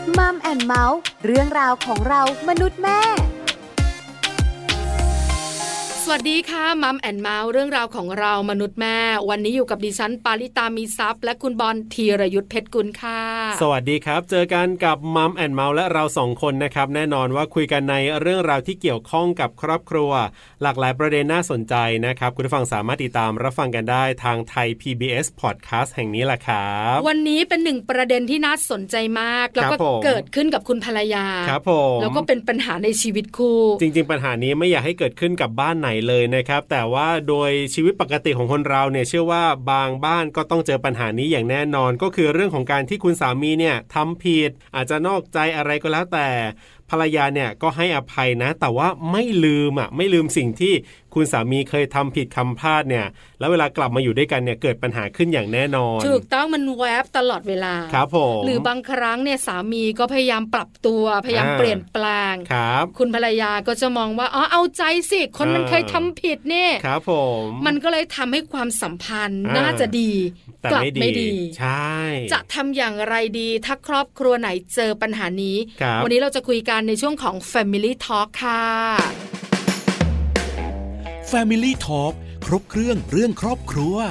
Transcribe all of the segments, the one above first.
มัมแอนด์เมาส์เรื่องราวของเรามนุษย์แม่สวัสดีค่ะมัมแอนด์เมาส์เรื่องราวของเรามนุษย์แม่วันนี้อยู่กับดิฉันปาริตามีซัพย์และคุณบอลธีรยุทธเพชรกุลค่ะสวัสดีครับเจอกันกับมัมแอนด์เมาส์และเราสองคนนะครับแน่นอนว่าคุยกันในเรื่องราวที่เกี่ยวข้องกับครอบครัวหลากหลายประเด็นน่าสนใจนะครับคุณผู้ฟังสามารถติดตามรับฟังกันได้ทางไทย PBS Podcast แห่งนี้แหละครับวันนี้เป็นหนึ่งประเด็นที่น่าสนใจมากแล้วก็เกิดขึ้นกับคุณภรรยาครับผมแล้วก็เป็นปัญหาในชีวิตคู่จริงๆปัญหานี้ไม่อยากให้เกิดขึ้นกับบ้านไหนเลยนะครับแต่ว่าโดยชีวิตปกติของคนเราเนี่ยเชื่อว่าบางบ้านก็ต้องเจอปัญหานี้อย่างแน่นอนก็คือเรื่องของการที่คุณสามีเนี่ยทำผิดอาจจะนอกใจอะไรก็แล้วแต่ภรรยาเนี่ยก็ให้อภัยนะแต่ว่าไม่ลืมสิ่งที่คุณสามีเคยทำผิดคำพลาดเนี่ยแล้วเวลากลับมาอยู่ด้วยกันเนี่ยเกิดปัญหาขึ้นอย่างแน่นอนถูกต้องมันแวบตลอดเวลาครับผมหรือบางครั้งเนี่ยสามีก็พยายามปรับตัวพยายามเปลี่ยนแปลงครับคุณภรรยาก็จะมองว่าอ๋อเอาใจสิคนมันเคยทำผิดเนี่ยครับผมมันก็เลยทำให้ความสัมพันธ์น่าจะดีกลับไม่ดีใช่จะทำอย่างไรดีถ้าครอบครัวไหนเจอปัญหานี้วันนี้เราจะคุยกันในช่วงของ Family Talk ค่ะ Family Talk ครบเครื่องเรื่องครอบครัว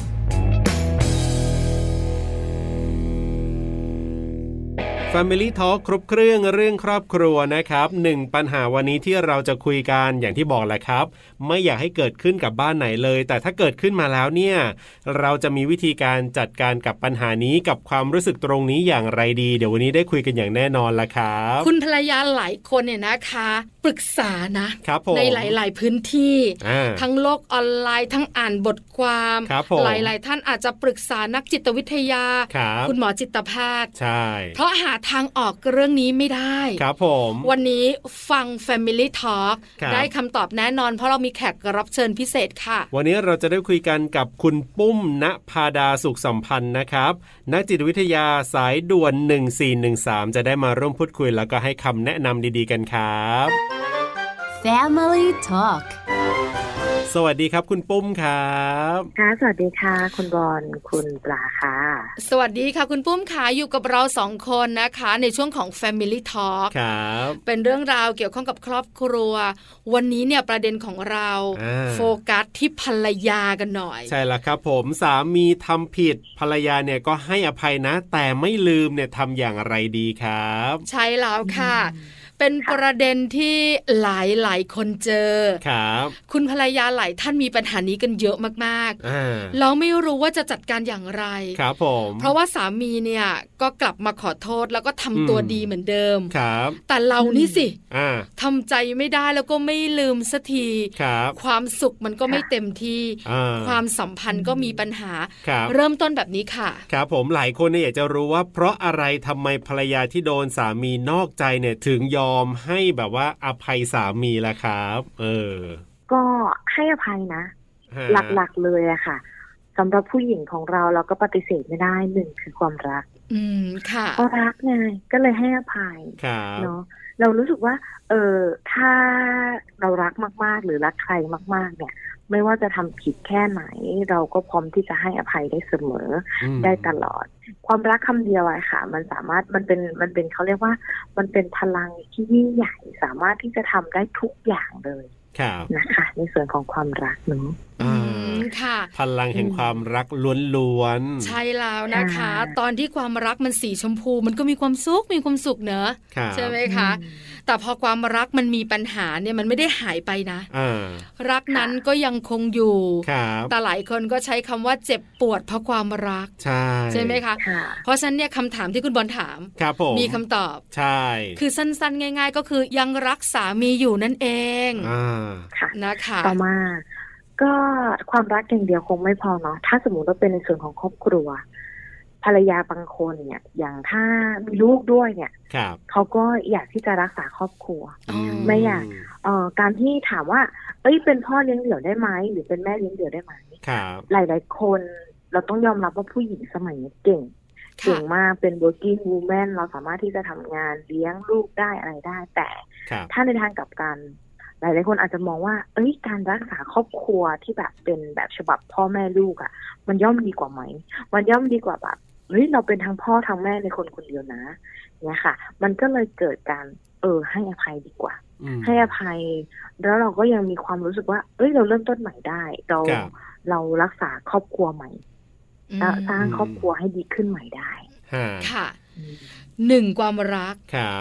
Family Talk ครบเครื่องเรื่องครอบครัวนะครับ1ปัญหาวันนี้ที่เราจะคุยกันอย่างที่บอกแหละครับไม่อยากให้เกิดขึ้นกับบ้านไหนเลยแต่ถ้าเกิดขึ้นมาแล้วเนี่ยเราจะมีวิธีการจัดการกับปัญหานี้กับความรู้สึกตรงนี้อย่างไรดีเดี๋ยววันนี้ได้คุยกันอย่างแน่นอนละครับคุณภรรยาหลายคนเนี่ยนะคะปรึกษานะครับในหลายๆพื้นที่ทั้งโลกออนไลน์ทั้งอ่านบทความหลายๆท่านอาจจะปรึกษานักจิตวิทยาคุณหมอจิตแพทย์ใช่เพราะหาทางออกเรื่องนี้ไม่ได้ครับผมวันนี้ฟัง Family Talk ได้คำตอบแน่นอนเพราะเรามีแขกรับเชิญพิเศษค่ะวันนี้เราจะได้คุยกันกับคุณปุ้มณภาดาสุขสัมพันธ์นะครับนักจิตวิทยาสายด่วน1413จะได้มาร่วมพูดคุยแล้วก็ให้คำแนะนำดีๆกันครับ Family Talk สวัสดีครับคุณปุ้มครับค่ะสวัสดีค่ะคุณบอลคุณปลาค่ะสวัสดีค่ะคุณปุ้มค่ะอยู่กับเรา2คนนะคะในช่วงของ Family Talk ครับเป็นเรื่องราวเกี่ยวข้องกับครอบครัววันนี้เนี่ยประเด็นของเราโฟกัสที่ภรรยากันหน่อยใช่แล้วครับผมสามีทำผิดภรรยาเนี่ยก็ให้อภัยนะแต่ไม่ลืมเนี่ยทำอย่างไรดีครับใช่แล้วค่ะเป็นประเด็นที่หลายคนเจอครับคุณภรรยาหลายท่านมีปัญหานี้กันเยอะมากๆแล้วไม่รู้ว่าจะจัดการอย่างไรครับผมเพราะว่าสามีเนี่ยก็กลับมาขอโทษแล้วก็ทำตัวดีเหมือนเดิมครับแต่เรานี่สิทำใจไม่ได้แล้วก็ไม่ลืมสักทีความสุขมันก็ไม่เต็มที่ความสัมพันธ์ก็มีปัญหาเริ่มต้นแบบนี้ค่ะครับผมหลายคนเนี่ยอยากจะรู้ว่าเพราะอะไรทำไมภรรยาที่โดนสามีนอกใจเนี่ยถึงยอมให้แบบว่าอภัยสามีล่ะครับก็ให้อภัยนะหลักๆเลยอะค่ะสำหรับผู้หญิงของเราก็ปฏิเสธไม่ได้หนึ่งคือความรักค่ะก็รักไงก็เลยให้อภัยเนาะเรารู้สึกว่าถ้าเรารักมากๆหรือรักใครมากๆเนี่ยไม่ว่าจะทำผิดแค่ไหนเราก็พร้อมที่จะให้อภัยได้เสมอได้ตลอดความรักคำเดียวอะค่ะมันสามารถมันเป็นเขาเรียกว่ามันเป็นพลังที่ยิ่งใหญ่สามารถที่จะทำได้ทุกอย่างเลยนะคะในส่วนของความรักเนาะค่ะพลังแห่งความรักล้วนๆใช่แล้วนะคะตอนที่ความรักมันสีชมพูมันก็มีความสุขเนอะใช่ไหมคะแต่พอความรักมันมีปัญหาเนี่ยมันไม่ได้หายไปนะรักนั้นก็ยังคงอยู่แต่หลายคนก็ใช้คำว่าเจ็บปวดเพราะความรักใช่ไหมคะเพราะฉะนั้นเนี่ยคำถามที่คุณบอลถามมีคำตอบใช่คือสั้นๆง่ายๆก็คือยังรักสามีอยู่นั่นเองนะคะต่อมาก็ความรักอย่างเดียวคงไม่พอเนาะถ้าสมมติว่าเป็นในส่วนของครอบครัวภรรยาบางคนเนี่ยอย่างถ้ามีลูกด้วยเนี่ยเขาก็อยากที่จะรักษาครอบครัวไม่อยากการที่ถามว่าเป็นพ่อเลี้ยงเดี่ยวได้ไหมหรือเป็นแม่เลี้ยงเดี่ยวได้ไหมหลายๆคนเราต้องยอมรับว่าผู้หญิงสมัยนี้เก่งมากเป็น working woman เราสามารถที่จะทำงานเลี้ยงลูกได้อะไรได้แต่ถ้าในทางกลับกันหลายๆคนอาจจะมองว่าการรักษาครอบครัวที่แบบเป็นแบบฉบับพ่อแม่ลูกอ่ะมันย่อมดีกว่าไหมมันย่อมดีกว่าแบบเฮ้ยเราเป็นทั้งพ่อทั้งแม่ในคนคนเดียวนะเนี่ยค่ะมันก็เลยเกิดการให้อภัยดีกว่าให้อภัยแล้วเราก็ยังมีความรู้สึกว่าเราเริ่มต้นใหม่ได้เรารักษาครอบครัวใหม่สร้างครอบครัวให้ดีขึ้นใหม่ได้ค่ะ1ความรัก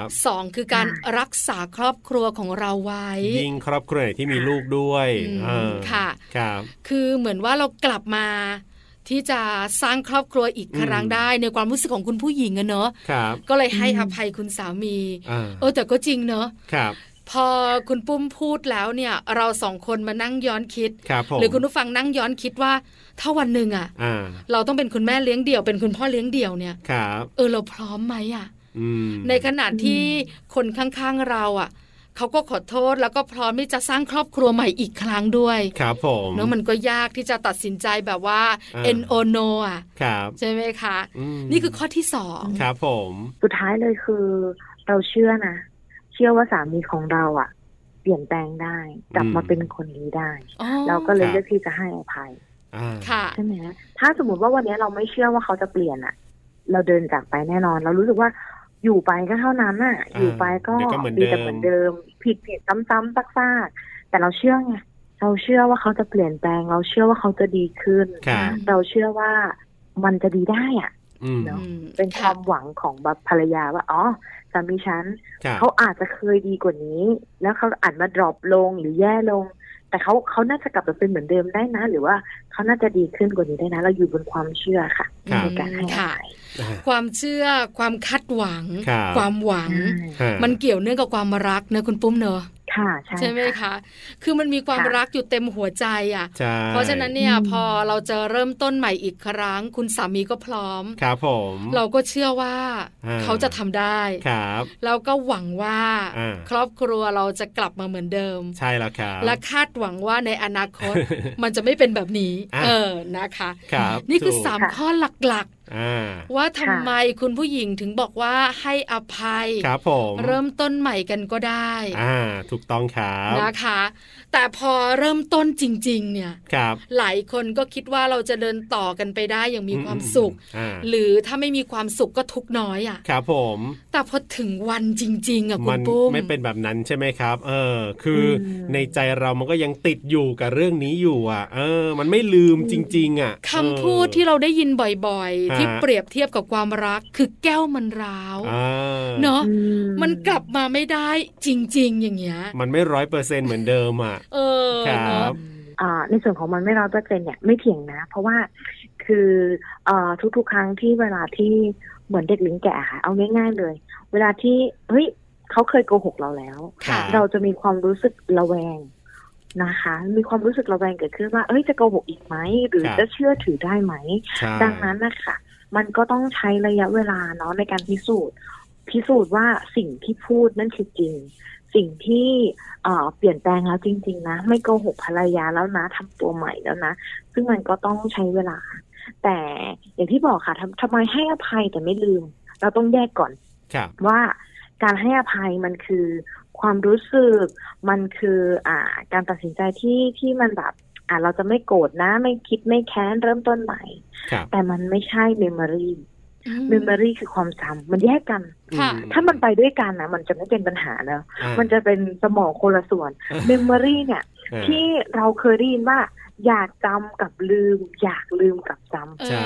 2คือการรักษาครอบครัวของเราไว้ยิ่งครอบครัวที่มีลูกด้วยค่ะครับคือเหมือนว่าเรากลับมาที่จะสร้างครอบครัวอีกครั้งได้ในความรู้สึกของคุณผู้หญิงเนอะก็เลยให้อภัยคุณสามีแต่ก็จริงเนอะพอคุณปุ้มพูดแล้วเนี่ยเรา2คนมานั่งย้อนคิดหรือคุณผู้ฟังนั่งย้อนคิดว่าถ้าวันหนึ่งเราต้องเป็นคุณแม่เลี้ยงเดี่ยวเป็นคุณพ่อเลี้ยงเดี่ยวเนี่ยเราพร้อมไหมในขณะที่คนข้างๆเราเขาก็ขอโทษแล้วก็พร้อมที่จะสร้างครอบครัวใหม่อีกครั้งด้วยครับผมเนอะมันก็ยากที่จะตัดสินใจแบบว่า no ใช่ไหมคะนี่คือข้อที่2 ครับผมสุดท้ายเลยคือเราเชื่อว่าสามีของเราเปลี่ยนแปลงได้กลับมาเป็นคนดีได้เราก็เลยเลือกที่จะให้อภัยใช่ไหมถ้าสมมติว่าวันนี้เราไม่เชื่อว่าเขาจะเปลี่ยนเราเดินจากไปแน่นอนเรารู้สึกว่าอยู่ไปก็เท่านั้นอยู่ไปก็ดีแต่เหมือนเดิมผิดซ้ำๆซักๆแต่เราเชื่อไงเราเชื่อว่าเขาจะเปลี่ยนแปลงเราเชื่อว่าเขาจะดีขึ้นเราเชื่อว่ามันจะดีได้เนาะเป็นความหวังของภรรยาว่าสามีฉันเขาอาจจะเคยดีกว่านี้แล้วเขาอาจมาดรอปลงหรือแย่ลงแต่เขาน่าจะกลับมาเป็นเหมือนเดิมได้นะหรือว่าเขาน่าจะดีขึ้นกว่านี้ได้นะเราอยู่บนความเชื่อค่ะในการให้อภัยความเชื่อความคาดหวังความหวังมันเกี่ยวเนื่องกับความรักนะคุณปุ้มเนอะใช่ไหมคะคือมันมีความรักอยู่เต็มหัวใจเพราะฉะนั้นเนี่ยพอเราจะเริ่มต้นใหม่อีกครั้งคุณสามีก็พร้อมครับผมเราก็เชื่อว่าเขาจะทำได้ครับแล้วก็หวังว่าครอบครัวเราจะกลับมาเหมือนเดิมใช่แล้วครับและคาดหวังว่าในอนาคต มันจะไม่เป็นแบบนี้นะคะนี่คือ3ข้อหลักๆว่าทำไมคุณผู้หญิงถึงบอกว่าให้อภัยครับผมเริ่มต้นใหม่กันก็ได้ถูกต้องครับนะคะแต่พอเริ่มต้นจริงๆเนี่ยหลายคนก็คิดว่าเราจะเดินต่อกันไปได้อย่างมีความสุขหรือถ้าไม่มีความสุขก็ทุกข์น้อยครับผมแต่พอถึงวันจริงๆคุณปุ้มไม่เป็นแบบนั้นใช่ไหมครับคือในใจเรามันก็ยังติดอยู่กับเรื่องนี้อยู่มันไม่ลืมจริงๆคำพูดที่เราได้ยินบ่อยๆที่เปรียบเทียบกับความรักคือแก้วมันร้าวเนาะมันกลับมาไม่ได้จริงๆอย่างเงี้ยมันไม่ 100% เหมือนเดิมครับในส่วนของมันไม่ 100% เนี่ยไม่เถียงนะเพราะว่าคือทุกๆครั้งที่เวลาที่เหมือนเด็กลิ้นแกะค่ะเอาง่ายๆเลยเวลาที่เขาเคยโกหกเราแล้วเราจะมีความรู้สึกระแวงนะคะมีความรู้สึกระแวงเกิดขึ้นว่าจะโกหกอีกไหมหรือจะเชื่อถือได้ไหมดังนั้นนะคะมันก็ต้องใช้ระยะเวลาเนาะในการพิสูจน์ว่าสิ่งที่พูดนั่นคือจริงสิ่งที่เปลี่ยนแปลงแล้วจริงๆนะไม่โกหกภรรยาแล้วนะทำตัวใหม่แล้วนะซึ่งมันก็ต้องใช้เวลาแต่อย่างที่บอกค่ะทำไมให้อภัยแต่ไม่ลืมเราต้องแยกก่อนว่าการให้อภัยมันคือความรู้สึกมันคือการตัดสินใจที่มันแบบเราจะไม่โกรธนะไม่คิดไม่แค้นเริ่มต้นใหม่แต่มันไม่ใช่เมมโมรี่คือความจำมันแยกกันถ้ามันไปด้วยกันนะมันจะไม่เป็นปัญหาเนอะมันจะเป็นสมองคนละส่วนเมมโมรี่เนี่ยที่เราเคยได้ยินว่าอยากจำกับลืมอยากลืมกับจำใช่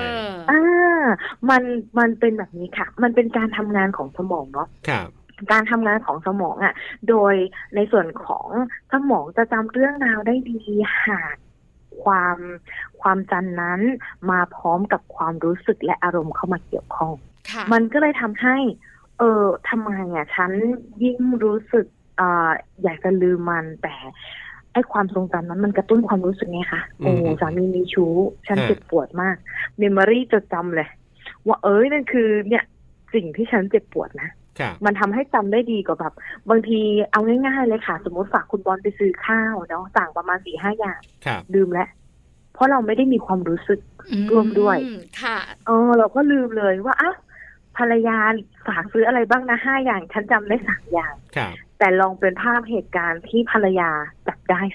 มันเป็นแบบนี้ค่ะมันเป็นการทำงานของสมองเนาะการทำงานของสมองโดยในส่วนของสมองจะจำเรื่องราวได้ดีหากความจำนั้นมาพร้อมกับความรู้สึกและอารมณ์เข้ามาเกี่ยวข้องมันก็เลยทำให้ทำไมฉันยิ่งรู้สึกอยากจะลืมมันแต่ไอ้ความทรงจำนั้นมันกระตุ้นความรู้สึกไงคะสามีมีชู้ฉันเจ็บปวดมากเมมโมรี่จดจำเลยว่านั่นคือเนี่ยสิ่งที่ฉันเจ็บปวดนะมันทำให้จำได้ดีกว่าแบบบางทีเอาง่ายๆเลยค่ะสมมติฝากคุณบอลไปซื้อข้าวเนาะสั่งประมาณ 4-5 อย่างลืมแล้วเพราะเราไม่ได้มีความรู้สึกร่วมด้วยค่ะเราก็ลืมเลยว่าภรรยาฝากซื้ออะไรบ้างนะ5 อย่างฉันจำได้3 อย่างแต่ลองเป็นภาพเหตุการณ์ที่ภรรยาจับได้สิ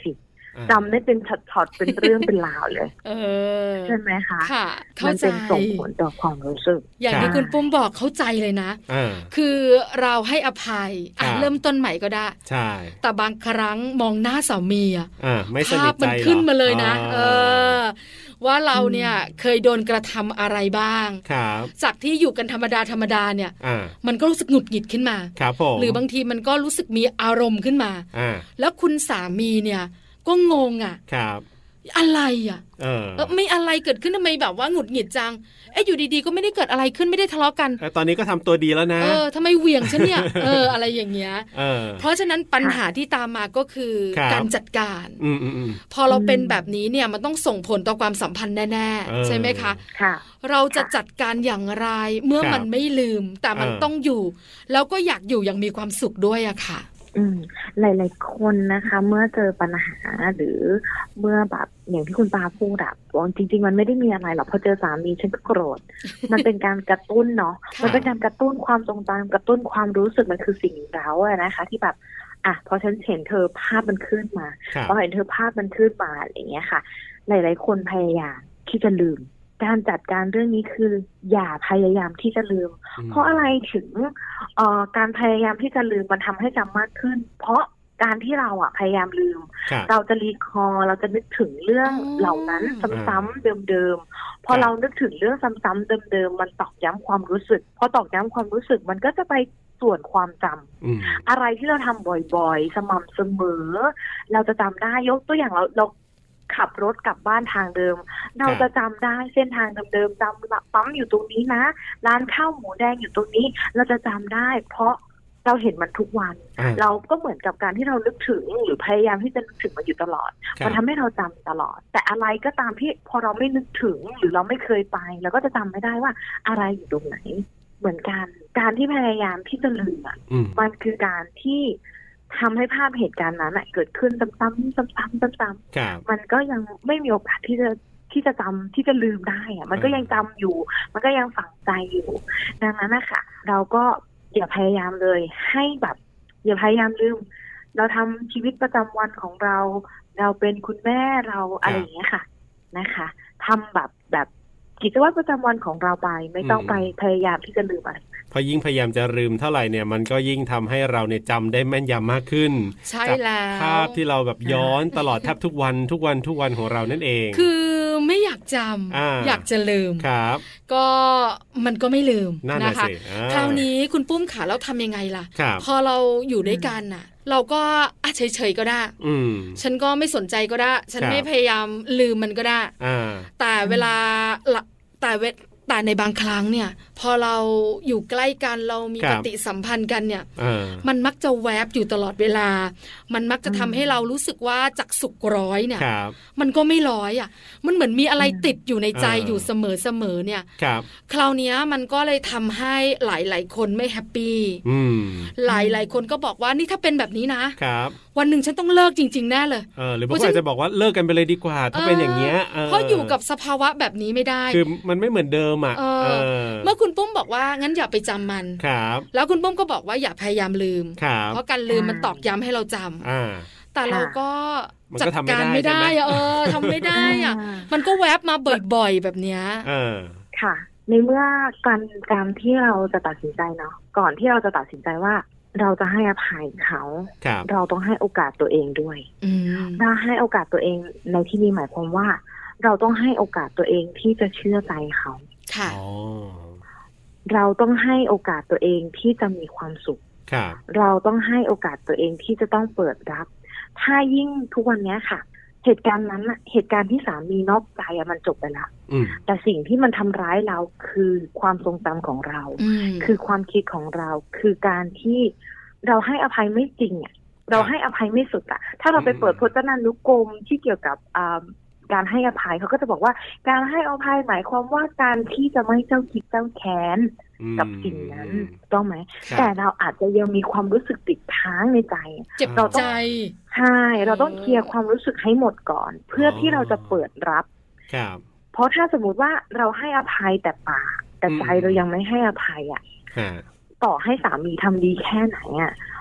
จำได้เป็นช็อตๆเป็นเรื่องเป็นราวเลยใช่ไหมคะค่ะมันเป็นส่งผลต่อความรู้สึกอย่างที่คุณปุ้มบอกเข้าใจเลยนะคือเราให้อภัยเริ่มต้นใหม่ก็ได้ใช่แต่บางครั้งมองหน้าสามีภาพมันขึ้นมาเลยนะว่าเราเนี่ยเคยโดนกระทำอะไรบ้างจากที่อยู่กันธรรมดาเนี่ยมันก็รู้สึกหงุดหงิดขึ้นมาหรือบางทีมันก็รู้สึกมีอารมณ์ขึ้นมาแล้วคุณสามีเนี่ยก็งงอะไรไม่อะไรเกิดขึ้นทำไมแบบว่าหงุดหงิดจังอยู่ดีๆก็ไม่ได้เกิดอะไรขึ้นไม่ได้ทะเลาะกันตอนนี้ก็ทำตัวดีแล้วนะทำไมเหวี่ยงฉันเนี่ยอะไรอย่างเงี้ยเพราะฉะนั้นปัญหาที่ตามมาก็คือการจัดการพอเราเป็นแบบนี้เนี่ยมันต้องส่งผลต่อความสัมพันธ์แน่ๆใช่ไหมคะเราจะจัดการอย่างไรเมื่อมันไม่ลืมแต่มันต้องอยู่แล้วก็อยากอยู่อย่างมีความสุขด้วยอะค่ะหลายๆคนนะคะเมื่อเจอปัญหาหรือเมื่อแบบอย่างที่คุณปาพูดว่าจริงๆมันไม่ได้มีอะไรหรอกพอเจอสามีฉันก็โกรธ มันเป็นการกระตุ้นเนาะมันเป็นการกระตุ้นความทรงจำกระตุ้นความรู้สึกมันคือสิ่งเร้าอะนะคะที่แบบพอฉันเห็นเธอภาพมันขึ้นมาพอเห็นเธอภาพมันขึ้นมาอย่างเงี้ยค่ะหลายๆคนพยายามที่จะลืมการจัดการเรื่องนี้คืออย่าพยายามที่จะลืมเพราะอะไรถึงการพยายามที่จะลืมมันทำให้จำมากขึ้นเพราะการที่เราพยายามลืมเราจะรีคอร์เราจะนึกถึงเรื่องเหล่านั้นซ้ำๆเดิมๆพอเรานึกถึงเรื่องซ้ำๆเดิมๆมันตอกย้ำความรู้สึกพอตอกย้ำความรู้สึกมันก็จะไปส่วนความจำอะไรที่เราทำบ่อยๆสม่ำเสมอเราจะจำได้ยกตัวอย่างเราขับรถกลับบ้านทางเดิมเราจะจำได้เส้นทางเดิมๆจำปั๊มอยู่ตรงนี้นะร้านข้าวหมูแดงอยู่ตรงนี้เราจะจำได้เพราะเราเห็นมันทุกวันเราก็เหมือนกับการที่เรานึกถึงหรือพยายามที่จะนึกถึงมันอยู่ตลอดมันทำให้เราจำตลอดแต่อะไรก็ตามที่พอเราไม่นึกถึงหรือเราไม่เคยไปเราก็จะจำไม่ได้ว่าอะไรอยู่ตรงไหนเหมือนกันการที่พยายามที่จะลืมมันคือการที่ทำให้ภาพเหตุการณ์นั้นเกิดขึ้นซ้ำๆๆมันก็ยังไม่มีโอกาสที่จะจำที่จะลืมได้มันก็ยังจำอยู่มันก็ยังฝังใจอยู่ดังนั้นนะคะเราก็อย่าพยายามเลยให้แบบอย่าพยายามลืมเราทำชีวิตประจำวันของเราเป็นคุณแม่เราอะไรอย่างเงี้ยค่ะนะคะทำแบบกิจวัตรประจำวันของเราไปไม่ต้องไปพยายามที่จะลืมอะไรพอยิ่งพยายามจะลืมเท่าไหร่เนี่ยมันก็ยิ่งทำให้เราเนี่ยจำได้แม่นยำมากขึ้นใช่แล้วภาพที่เราแบบย้อนตลอดแทบทุกวันของเรานั่นเองคือไม่อยากจำอยากจะลืมครับก็มันก็ไม่ลืมนะคะคราวนี้คุณปุ้มขาแล้วทำยังไงล่ะพอเราอยู่ด้วยกันน่ะเราก็เฉยๆก็ได้ฉันก็ไม่สนใจก็ได้ฉันไม่พยายามลืมมันก็ได้แต่เวลาแต่ในบางครั้งเนี่ยพอเราอยู่ใกล้กันเรามีปฏิสัมพันธ์กันเนี่ยมันมักจะแวบอยู่ตลอดเวลามันมักจะทำให้เรารู้สึกว่าจากสุขร้อยเนี่ยมันก็ไม่ร้อยมันเหมือนมีอะไรติดอยู่ในใจอยู่เสมอเนี่ยคราวนี้มันก็เลยทำให้หลายๆคนไม่แฮปปี้หลายๆคนก็บอกว่านี่ถ้าเป็นแบบนี้นะวันหนึ่งฉันต้องเลิกจริงๆแน่เลยหรือบางคนอาจจะบอกว่าเลิกกันไปเลยดีกว่าถ้าเป็นอย่างเงี้ยเพราะอยู่กับสภาวะแบบนี้ไม่ได้คือมันไม่เหมือนเดิมเมื่อคุณปุ้มบอกว่างั้นอย่าไปจำมันแล้วคุณปุ้มก็บอกว่าอย่าพยายามลืมเพราะการลืมมันตอกย้ำให้เราจำแต่เราก็จัดการไม่ได้ทำไม่ได้มันก็แวบมาบ่อยๆแบบเนี้ยค่ะในเมื่อการที่เราจะตัดสินใจเนาะก่อนที่เราจะตัดสินใจว่าเราจะให้อภัยเขาเราต้องให้โอกาสตัวเองด้วยถ้าให้โอกาสตัวเองในที่นี้หมายความว่าเราต้องให้โอกาสตัวเองที่จะเชื่อใจเขาเราต้องให้โอกาสตัวเองที่จะมีความสุขเราต้องให้โอกาสตัวเองที่จะต้องเปิดรับถ้ายิ่งทุกวันนี้ค่ะเหตุการณ์นั้นเหตุการณ์ที่สามีนอกใจมันจบไปแล้วแต่สิ่งที่มันทำร้ายเราคือความทรงจำของเราคือความคิดของเราคือการที่เราให้อภัยไม่จริงเราให้อภัยไม่สุดถ้าเราไปเปิดพจนานุกรมที่เกี่ยวกับการให้อภัยเขาก็จะบอกว่าการให้อภัยหมายความว่าการที่จะไม่เจ้าคิดเจ้าแค้นกับสิ่งนั้นต้องไหมแต่เราอาจจะยังมีความรู้สึกติดค้างในใจเจ็บใจใช่เราต้องเคลียร์ความรู้สึกให้หมดก่อนเพื่อที่เราจะเปิดรับเพราะถ้าสมมติว่าเราให้อภัยแต่ปากแต่ใจเรายังไม่ให้อภัยต่อให้สามีทำดีแค่ไหน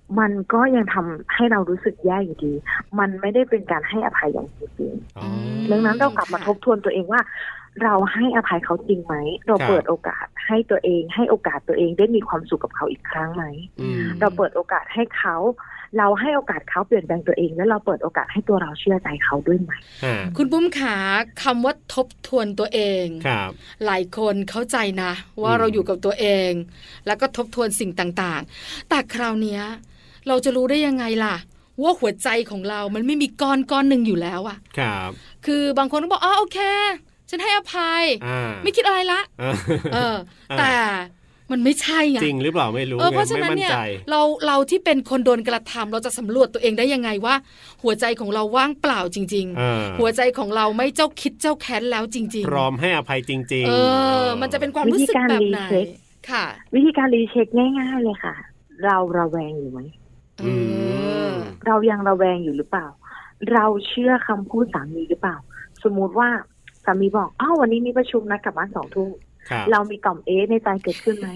มันก็ยังทำให้เรารู้สึกแย่อยู่ดีมันไม่ได้เป็นการให้อภัยอย่างจริงๆดังนั้นเรากลับมาทบทวนตัวเองว่าเราให้อภัยเขาจริงไหมเราเปิดโอกาสให้ตัวเองให้โอกาสตัวเองได้มีความสุขกับเขาอีกครั้งไหมเราเปิดโอกาสให้เขาเราให้โอกาสเขาเปลี่ยนแปลงตัวเองแล้วเราเปิดโอกาสให้ตัวเราเชื่อใจเขาด้วยไหมคุณปุ้มขาคำว่าทบทวนตัวเองหลายคนเข้าใจนะว่าเราอยู่กับตัวเองแล้วก็ทบทวนสิ่งต่างๆแต่คราวนี้เราจะรู้ได้ยังไงล่ะว่าหัวใจของเรามันไม่มีก้อนหนึ่งอยู่แล้วอ่ะคือบางคนก็บอกโอเคฉันให้อภัยไม่คิดอะไรละแต่มันไม่ใช่ไงจริงหรือเปล่าไม่รู้เพราะฉะนั้นเนี่ยเราที่เป็นคนโดนกระทำเราจะสำรวจตัวเองได้ยังไงว่าหัวใจของเราว่างเปล่าจริงๆหัวใจของเราไม่เจ้าคิดเจ้าแค้นแล้วจริงๆพร้อมให้อภัยจริงๆมันจะเป็นความรู้สึกแบบไหนค่ะวิธีการรีเช็คง่ายๆเลยค่ะเราระแวงอยู่ไหมเรายังระแวงอยู่หรือเปล่าเราเชื่อคำพูดสามีหรือเปล่าสมมุติว่าสามีบอกวันนี้มีประชุมนะกลับบ้าน20:00 นเรามีต่อมในใจเกิดขึ้นไหม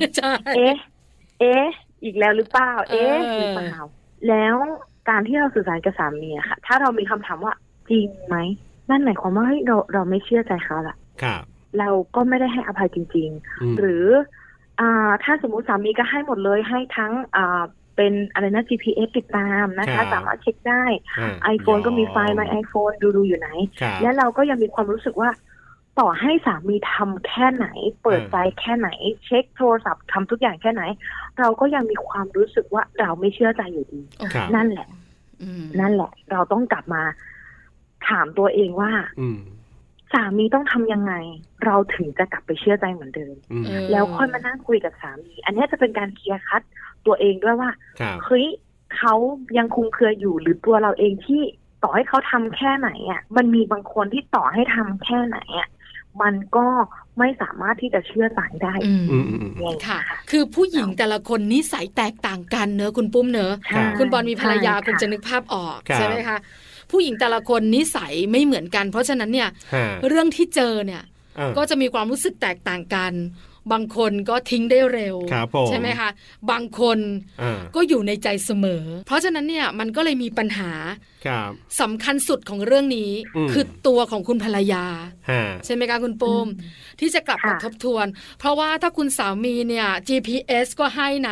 อีกแล้วหรือเปล่าหรือเปล่าแล้วการที่เราสื่อสารกับสามีค่ะถ้าเรามีคำถามว่าจริงไหมนั่นหมายความว่าเราไม่เชื่อใจเขาละเราก็ไม่ได้ให้อภัยจริงๆหรือถ้าสมมุติสามีก็ให้หมดเลยให้ทั้งเป็นอะไรนะ GPS ติดตามนะคะสามารถเช็คได้ iPhone ก็มีไฟล์ My iPhone ดูอยู่ไหนและเราก็ยังมีความรู้สึกว่าต่อให้สามีทำแค่ไหนเปิดใจแค่ไหนเช็คโทรศัพท์ทำทุกอย่างแค่ไหนเราก็ยังมีความรู้สึกว่าเราไม่เชื่อใจอยู่ดีนั่นแหละเราต้องกลับมาถามตัวเองว่าสามีต้องทำยังไงเราถึงจะกลับไปเชื่อใจเหมือนเดิมแล้วค่อยมานั่งคุยกับสามีอันนี้จะเป็นการเคลียร์คัดตัวเองด้วยว่าเฮ้ยเขายังคุมเครืออยู่หรือตัวเราเองที่ต่อให้เขาทำแค่ไหนมันมีบางคนที่ต่อให้ทำแค่ไหนมันก็ไม่สามารถที่จะเชื่อใจได้ค่ะคือผู้หญิงแต่ละคนนิสัยแตกต่างกันเนอะคุณปุ้มเนอะคุณบอลมีภรรยาคงจะนึกภาพออกใช่ไหมคะผู้หญิงแต่ละคนนิสัยไม่เหมือนกันเพราะฉะนั้นเนี่ยเรื่องที่เจอเนี่ยก็จะมีความรู้สึกแตกต่างกันบางคนก็ทิ้งได้เร็วใช่ไหมคะบางคนก็อยู่ในใจเสมอเพราะฉะนั้นเนี่ยมันก็เลยมีปัญหาสำคัญสุดของเรื่องนี้คือตัวของคุณภรรยาใช่ไหมคะคุณปุ้มที่จะกลับมาทบทวนเพราะว่าถ้าคุณสามีเนี่ย GPS ก็ให้นะ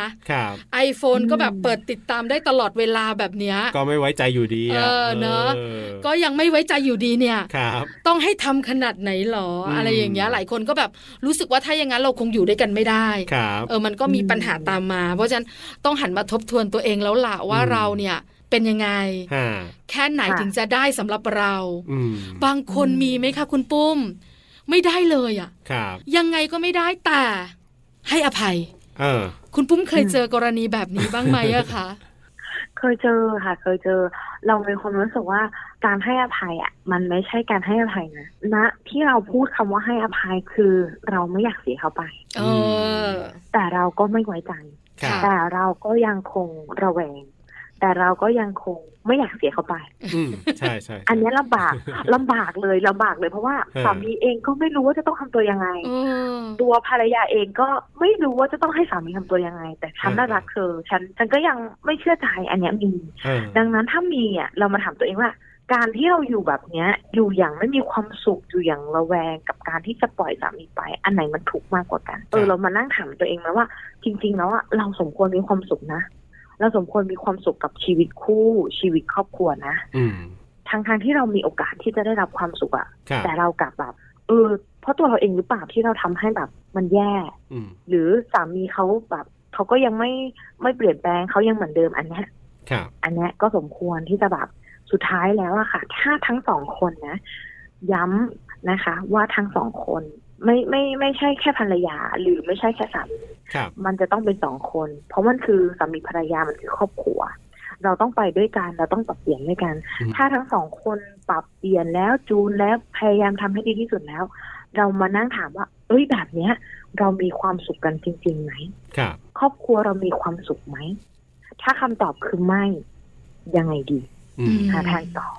iPhone ก็แบบเปิดติดตามได้ตลอดเวลาแบบเนี้ยก็ไม่ไว้ใจอยู่ดีเนอะก็ยังไม่ไว้ใจอยู่ดีเนี่ยต้องให้ทำขนาดไหนหรออะไรอย่างเงี้ยหลายคนก็แบบรู้สึกว่าถ้าอย่างนั้นเราคงอยู่ด้วยกันไม่ได้มันก็มีปัญหาตามมาเพราะฉะนั้นต้องหันมาทบทวนตัวเองแล้วล่ะว่าเราเนี่ยเป็นยังไงแค่ไหนถึงจะได้สำหรับเราบางคนมีไหมคะคุณปุ้มไม่ได้เลยยังไงก็ไม่ได้แต่ให้อภัยคุณปุ้มเคยเจอกรณีแบบนี้บ้างไหมอะคะเคยเจอค่ะเคยเจอเราเป็นคนรู้สึกว่าการให้อภัยมันไม่ใช่การให้อภัยนะที่เราพูดคำว่าให้อภัยคือเราไม่อยากเสียเขาไปแต่เราก็ไม่ไว้ใจแต่เราก็ยังคงระแวงแต่เราก็ยังคงไม่อยากเสียเขาไปใช่ใช่อันนี้ลำบากเลยเพราะว่าสามีเองก็ไม่รู้ว่าจะต้องทำตัวยังไงตัวภรรยาเองก็ไม่รู้ว่าจะต้องให้สามีทำตัวยังไงแต่ฉันน่ารักเธอฉันก็ยังไม่เชื่อใจอันนี้มีดังนั้นถ้ามีเรามาถามตัวเองว่าการที่เราอยู่แบบนี้อยู่อย่างไม่มีความสุขอยู่อย่างระแวงกับการที่จะปล่อยสามีไปอันไหนมันทุกข์มากกว่ากันเรามานั่งถามตัวเองแล้วว่าจริงๆแล้วเราสมควรมีความสุขนะเราสมควรมีความสุขกับชีวิตคู่ชีวิตครอบครัวนะทั้งที่เรามีโอกาสที่จะได้รับความสุขแต่เรากลับแบบเพราะตัวเราเองหรือเปล่าที่เราทำให้แบบมันแย่หรือสามีเขาแบบเขาก็ยังไม่เปลี่ยนแปลงเขายังเหมือนเดิมอันนี้ก็สมควรที่จะแบบสุดท้ายแล้วค่ะถ้าทั้งสองคนนะย้ำนะคะว่าทั้งสองคนไม่ใช่แค่ภรรยาหรือไม่ใช่แค่สามีมันจะต้องเป็นสองคนเพราะมันคือสามีภรรยามันคือครอบครัวเราต้องไปด้วยกันเราต้องปรับเปลี่ยนด้วยกันถ้าทั้งสองคนปรับเปลี่ยนแล้วจูนแล้วพยายามทำให้ดีที่สุดแล้วเรามานั่งถามว่าแบบเนี้ยเรามีความสุขกันจริงๆไหมครอบครัวเรามีความสุขไหมถ้าคำตอบคือไม่ยังไงดีหาทางต่อ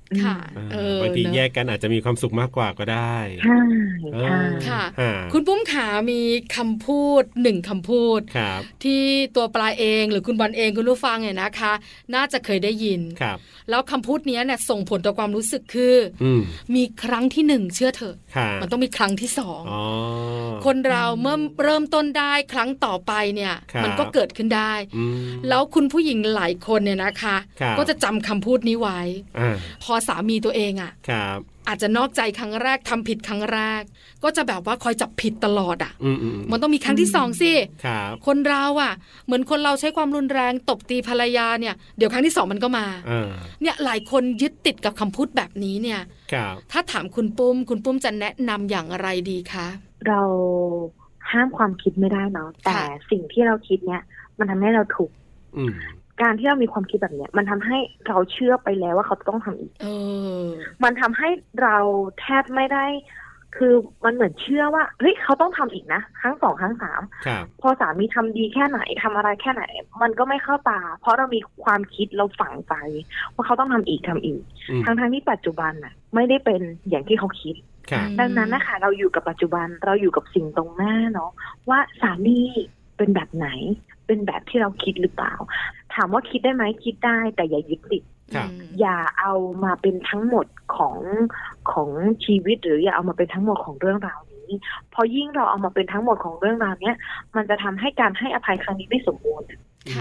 ค่ะบางทีแยกกันอาจจะมีความสุขมากกว่าก็ได้ใช่ค่ะคุณปุ้มขามีคำพูด1คำพูดที่ตัวปลาเองหรือคุณบอลเองคุณผู้ฟังเนี่ยนะคะน่าจะเคยได้ยินแล้วคำพูดนี้เนี่ยส่งผลต่อความรู้สึกคือมีครั้งที่1เชื่อเถอะมันต้องมีครั้งที่2คนเราเมื่อเริ่มต้นได้ครั้งต่อไปเนี่ยมันก็เกิดขึ้นได้แล้วคุณผู้หญิงหลายคนเนี่ยนะคะก็จะจำคำพูดนี้ไว้พอสามีตัวเองอาจจะนอกใจครั้งแรกทำผิดครั้งแรกก็จะแบบว่าคอยจับผิดตลอดมันต้องมีครั้งที่2สิคนเราเหมือนคนเราใช้ความรุนแรงตบตีภรรยาเนี่ยเดี๋ยวครั้งที่2มันก็มาเนี่ยหลายคนยึดติดกับคำพูดแบบนี้เนี่ยถ้าถามคุณปุ้มจะแนะนำอย่างไรดีคะเราห้ามความคิดไม่ได้เนาะแต่สิ่งที่เราคิดเนี่ยมันทำให้เราถูกการที่เรามีความคิดแบบเนี้ยมันทำให้เราเชื่อไปแล้วว่าเขาต้องทำอีกมันทำให้เราแทบไม่ได้คือมันเหมือนเชื่อว่าเฮ้ยเขาต้องทำอีกนะครั้ง2ครั้ง3พอสามีทำดีแค่ไหนทำอะไรแค่ไหนมันก็ไม่เข้าตาเพราะเรามีความคิดเราฝังใจว่าเขาต้องทำอีกทั้งที่ปัจจุบันน่ะไม่ได้เป็นอย่างที่เขาคิดดังนั้นนะคะเราอยู่กับปัจจุบันเราอยู่กับสิ่งตรงหน้าเนาะว่าสามีเป็นแบบไหนเป็นแบบที่เราคิดหรือเปล่าถามว่าคิดได้ไหมคิดได้แต่อย่ายึดติดอย่าเอามาเป็นทั้งหมดของชีวิตหรืออย่าเอามาเป็นทั้งหมดของเรื่องราวนี้พอยิ่งเราเอามาเป็นทั้งหมดของเรื่องราวเนี้ยมันจะทำให้การให้อภัยครั้งนี้ไม่สมบูรณ์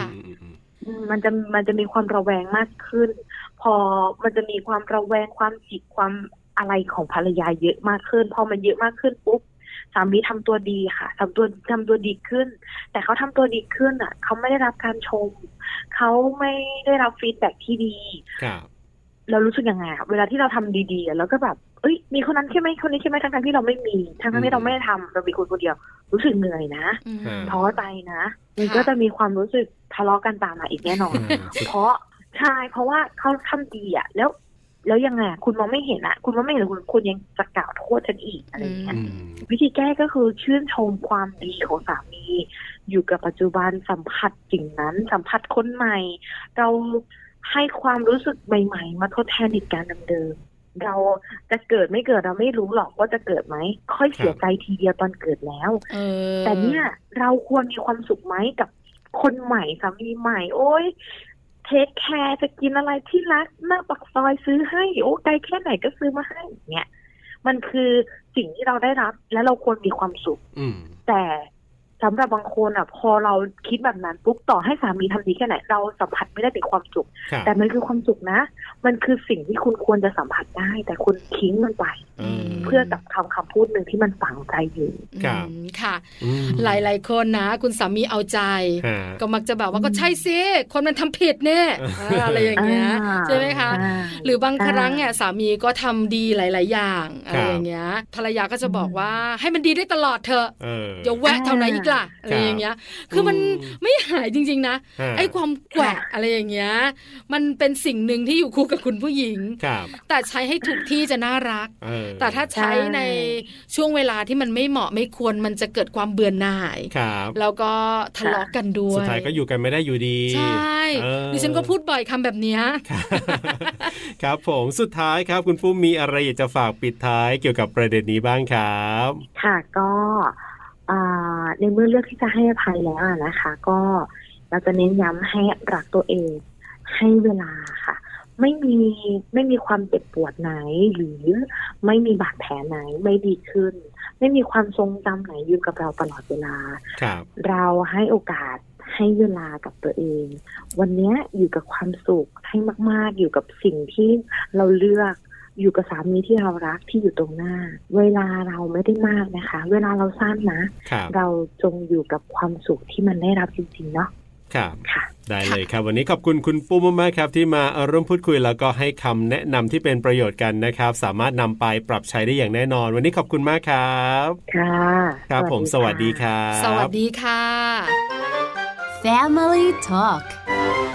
มันจะมีความระแวงมากขึ้นพอมันจะมีความระแวงความจิตความอะไรของภรรยาเยอะมากขึ้นพอมันเยอะมากขึ้นปุ๊บสามีทำตัวดีค่ะทำตัวดีขึ้นแต่เขาทำตัวดีขึ้นเขาไม่ได้รับการชมเขาไม่ได้รับฟีดแบ็กที่ดีเรารู้สึกยังไงเวลาที่เราทำดีๆแล้วก็แบบมีคนนั้นใช่ไหมคนนี้ใช่ไหมทั้งที่เราไม่มีทั้งที่เราไม่ได้ทำเราเป็นคนเดียวรู้สึกเหนื่อยนะท้อใจนะมันก็จะมีความรู้สึกทะเลาะกันตามมาอีกแน่นอนเพราะว่าเขาทำดีแล้วยังไงคุณมองไม่เห็นคุณมองไม่เห็นคุณยังจะกล่าวโทษฉันอีกอะไรอย่างเงี้ยวิธีแก้ก็คือชื่นชมความดีของสามีอยู่กับปัจจุบันสัมผัสสิ่งนั้นสัมผัสคนใหม่เราให้ความรู้สึกใหม่ๆมาทดแทนเหตุการณ์เดิมๆเราจะเกิดไม่เกิดเราไม่รู้หรอกว่าจะเกิดไหมค่อยเสียใจทีเดียวตอนเกิดแล้วแต่เนี่ยเราควรมีความสุขไหมกับคนใหม่สามีใหม่โอ๊ยเทคแคร์จะกินอะไรที่รักหน้าปากซอยซื้อให้โอ้ไกลแค่ไหนก็ซื้อมาให้เนี่ยมันคือสิ่งที่เราได้รับและเราควรมีความสุขแต่สำหรับบางคนพอเราคิดแบบนั้นปุ๊บต่อให้สามีทำดีแค่ไหนเราสัมผัสไม่ได้ถึงความสุขแต่มันคือความสุขนะมันคือสิ่งที่คุณควรจะสัมผัสได้แต่คุณทิ้งมันไปเพื่อกับคำพูดหนึ่งที่มันฝังใจอยู่ค่ะหลายๆคนนะคุณสามีเอาใจก็มักจะแบบว่าก็ใช่สิคนมันทำผิดเนี่ยอะไรอย่างเงี้ยใช่ไหมคะหรือบางครั้งเนี่ยสามีก็ทำดีหลายๆอย่างอะไรอย่างเงี้ยภรรยาก็จะบอกว่าให้มันดีได้ตลอดเถอะอย่าแวะเท่าไหนอีกอะไรอย่างเงี้ยคือมันไม่หายจริงๆนะไอ้ความแกว่งอะไรอย่างเงี้ยมันเป็นสิ่งหนึ่งที่อยู่คู่กับคุณผู้หญิงแต่ใช้ให้ถูกที่จะน่ารักแต่ถ้าใช้ในช่วงเวลาที่มันไม่เหมาะไม่ควรมันจะเกิดความเบื่อหน่ายแล้วก็ทะเลาะกันด้วยสุดท้ายก็อยู่กันไม่ได้อยู่ดีใช่ดิฉันก็พูดบ่อยคำแบบนี้ครับผมสุดท้ายครับคุณปุ้มมีอะไรอยากจะฝากปิดท้ายเกี่ยวกับประเด็นนี้บ้างครับค่ะก็ในเมื่อเลือกที่จะให้อภัยแล้วนะคะก็เราจะเน้นย้ำให้รักตัวเองให้เวลาค่ะไม่มีความเจ็บปวดไหนหรือไม่มีบาดแผลไหนไม่ดีขึ้นไม่มีความทรงจำไหนอยู่กับเราตลอดเวลาเราให้โอกาสให้เวลากับตัวเองวันนี้อยู่กับความสุขให้มากๆอยู่กับสิ่งที่เราเลือกอยู่กับสามีที่เรารักที่อยู่ตรงหน้าเวลาเราไม่ได้มากนะคะเวลาเราสั้นนะเราจงอยู่กับความสุขที่มันได้รับจริงๆเนาะครับได้เลยครับวันนี้ขอบคุณคุณปุ้มมากๆครับที่มาร่วมพูดคุยแล้วก็ให้คำแนะนำที่เป็นประโยชน์กันนะครับสามารถนำไปปรับใช้ได้อย่างแน่นอนวันนี้ขอบคุณมากครับครับผมสวัสดีครับสวัสดีค่ะ Family Talk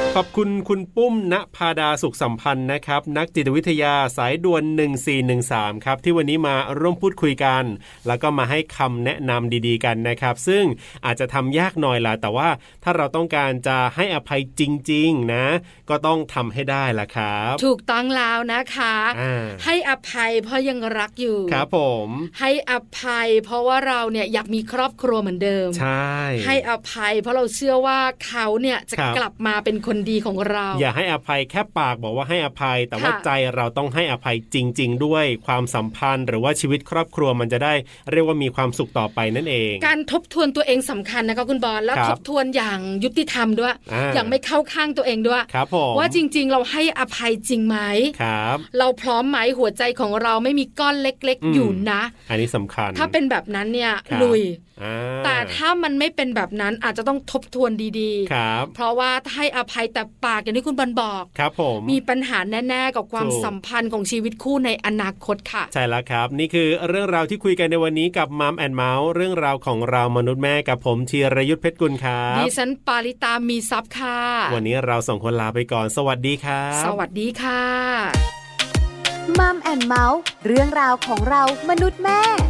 ขอบคุณคุณปุ้มณภาดาสุขสัมพันธ์นะครับนักจิตวิทยาสายด่วน1413ครับที่วันนี้มาร่วมพูดคุยกันแล้วก็มาให้คำแนะนำดีๆกันนะครับซึ่งอาจจะทำยากหน่อยล่ะแต่ว่าถ้าเราต้องการจะให้อภัยจริงๆนะก็ต้องทำให้ได้ล่ะครับถูกต้องแล้วนะคะให้อภัยเพราะยังรักอยู่ครับผมให้อภัยเพราะว่าเราเนี่ยอยากมีครอบครัวเหมือนเดิมใช่ให้อภัยเพราะเราเชื่อว่าเขาเนี่ยจะกลับมาเป็นคนดีของเราอย่าให้อภัยแค่ปากบอกว่าให้อภัยแต่ว่าใจเราต้องให้อภัยจริงๆด้วยความสัมพันธ์หรือว่าชีวิตครอบครัวมันจะได้เรียกว่ามีความสุขต่อไปนั่นเองการทบทวนตัวเองสำคัญนะคะคุณบอลแล้วทบทวนอย่างยุติธรรมด้วยอย่างไม่เข้าข้างตัวเองด้วยว่าจริงๆเราให้อภัยจริงไหมเราพร้อมไหมหัวใจของเราไม่มีก้อนเล็กๆอยู่นะอันนี้สำคัญถ้าเป็นแบบนั้นเนี่ยลุยแต่ถ้ามันไม่เป็นแบบนั้นอาจจะต้องทบทวนดีๆเพราะว่าถ้าให้อภัยแต่ปากอย่างที่คุณบอลบอกมีปัญหาแน่ๆกับความสัมพันธ์ของชีวิตคู่ในอนาคตค่ะใช่แล้วครับนี่คือเรื่องราวที่คุยกันในวันนี้กับมัมแอนด์เมาส์เรื่องราวของเรามนุษย์แม่กับผมธีรยุทธเพชรกุลครับดิฉันปาริตามีซับค่ะวันนี้เราส่งคนลาไปก่อนสวัสดีครับสวัสดีค่ะมัมแอนด์เมาส์เรื่องราวของเรามนุษย์แม่